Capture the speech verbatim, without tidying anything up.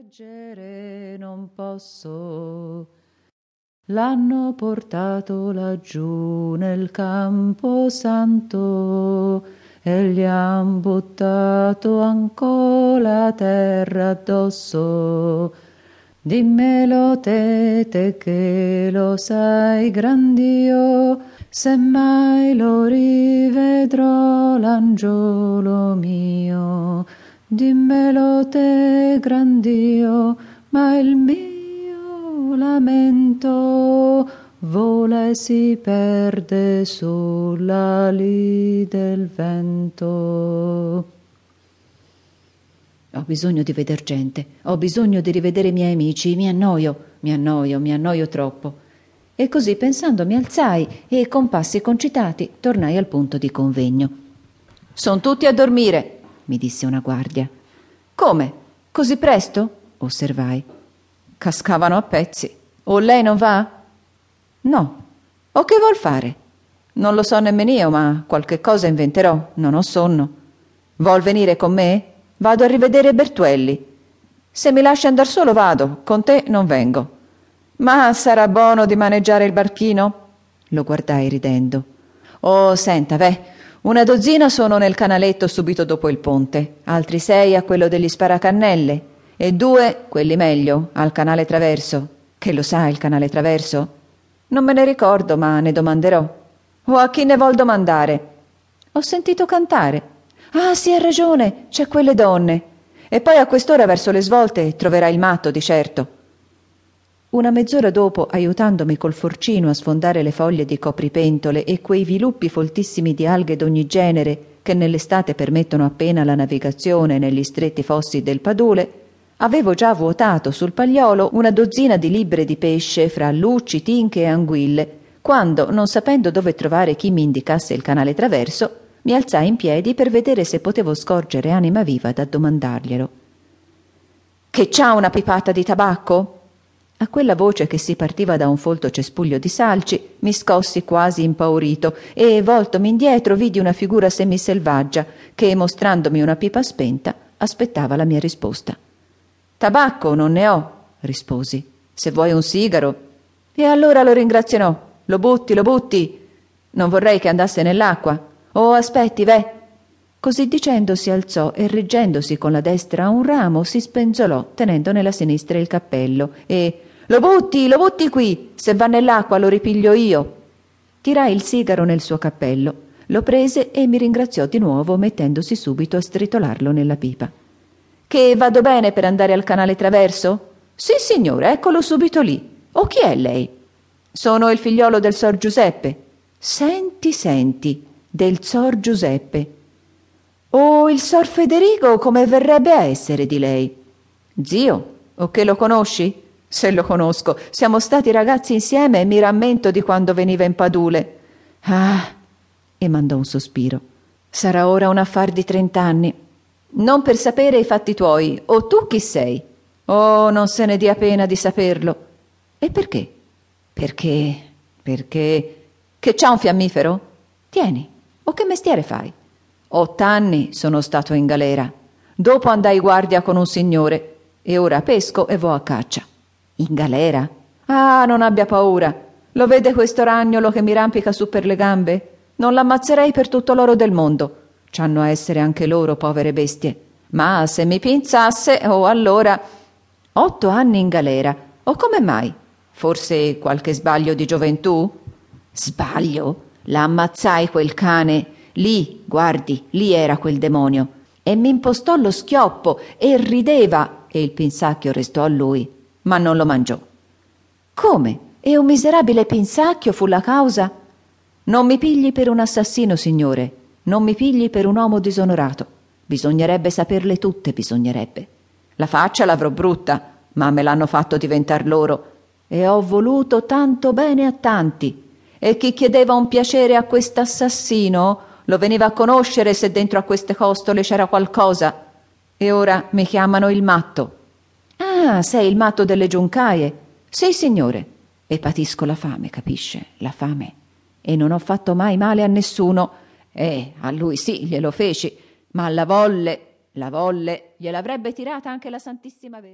reggere non posso. L'hanno portato laggiù nel camposanto e gli han buttato ancora la terra addosso. Dimmelo te, te che lo sai grandio, se mai lo rivedrò l'angiolo mio. Dimmelo te grandio, ma il mio lamento vola e si perde sull'ali del vento. Ho bisogno di veder gente, ho bisogno di rivedere i miei amici, mi annoio, mi annoio, mi annoio troppo. E così pensando mi alzai e con passi concitati tornai al punto di convegno. «Son tutti a dormire», mi disse una guardia. «Come? Così presto?» osservai. Cascavano a pezzi. «O lei non va?» «No». «O che vuol fare?» «Non lo so nemmeno io, ma qualche cosa inventerò, non ho sonno». «Vuol venire con me?» «Vado a rivedere Bertuelli». «Se mi lasci andar solo vado, con te non vengo». «Ma sarà buono di maneggiare il barchino?» Lo guardai ridendo. «Oh, senta, beh, una dozzina sono nel canaletto subito dopo il ponte, altri sei a quello degli Sparacannelle e due, quelli meglio, al canale traverso. Che lo sa il canale traverso?» «Non me ne ricordo, ma ne domanderò». «O a chi ne vuol domandare?» «Ho sentito cantare». «Ah, sì, ha ragione, c'è quelle donne. E poi a quest'ora verso le svolte troverà il matto, di certo». Una mezz'ora dopo, aiutandomi col forcino a sfondare le foglie di copripentole e quei viluppi foltissimi di alghe d'ogni genere che nell'estate permettono appena la navigazione negli stretti fossi del Padule, avevo già vuotato sul pagliolo una dozzina di libbre di pesce fra lucci, tinche e anguille, quando, non sapendo dove trovare chi mi indicasse il canale traverso, mi alzai in piedi per vedere se potevo scorgere anima viva da domandarglielo. «Che c'ha una pipata di tabacco?» A quella voce che si partiva da un folto cespuglio di salci mi scossi quasi impaurito e, voltomi indietro, vidi una figura semiselvaggia che, mostrandomi una pipa spenta, aspettava la mia risposta. «Tabacco non ne ho», risposi. «Se vuoi un sigaro». «E allora lo ringrazierò. Lo butti, lo butti. Non vorrei che andasse nell'acqua. Oh, aspetti, ve». Così dicendo si alzò e, reggendosi con la destra a un ramo, si spenzolò tenendo nella sinistra il cappello e «Lo butti, lo butti qui, se va nell'acqua lo ripiglio io». Tirai il sigaro nel suo cappello, lo prese e mi ringraziò di nuovo mettendosi subito a stritolarlo nella pipa. «Che vado bene per andare al canale traverso?» «Sì, signore, eccolo subito lì. O chi è lei?» «Sono il figliolo del Sor Giuseppe». «Senti, senti, del Sor Giuseppe. O il Sor Federico come verrebbe a essere di lei?» «Zio, o che lo conosci?» «Se lo conosco, siamo stati ragazzi insieme e mi rammento di quando veniva in Padule». «Ah!» e mandò un sospiro. «Sarà ora un affar di trent'anni. Non per sapere i fatti tuoi, o tu chi sei?» «Oh, non se ne dia pena di saperlo». «E perché?» «Perché, perché, che c'ha un fiammifero?» «Tieni, o che mestiere fai?» «Ott'anni sono stato in galera. Dopo andai guardia con un signore e ora pesco e vo a caccia». «In galera?» «Ah, non abbia paura. Lo vede questo ragnolo che mi rampica su per le gambe? Non l'ammazzerei per tutto l'oro del mondo. C'hanno a essere anche loro povere bestie. Ma se mi pinzasse, oh allora...» «Otto anni in galera. O come mai? Forse qualche sbaglio di gioventù?» «Sbaglio? La ammazzai quel cane. Lì, guardi, lì era quel demonio. E mi impostò lo schioppo e rideva e il pinsacchio restò a lui. Ma non lo mangiò». «Come? E un miserabile pinsacchio fu la causa?» «Non mi pigli per un assassino, signore. Non mi pigli per un uomo disonorato. Bisognerebbe saperle tutte, bisognerebbe. La faccia l'avrò brutta, ma me l'hanno fatto diventar loro. E ho voluto tanto bene a tanti. E chi chiedeva un piacere a quest'assassino lo veniva a conoscere se dentro a queste costole c'era qualcosa. E ora mi chiamano il matto». «Ah, sei il matto delle giuncaie?» «Sì, signore. E patisco la fame, capisce? La fame. E non ho fatto mai male a nessuno. Eh, a lui sì, glielo feci, ma la volle, la volle, gliel'avrebbe tirata anche la Santissima Vergine».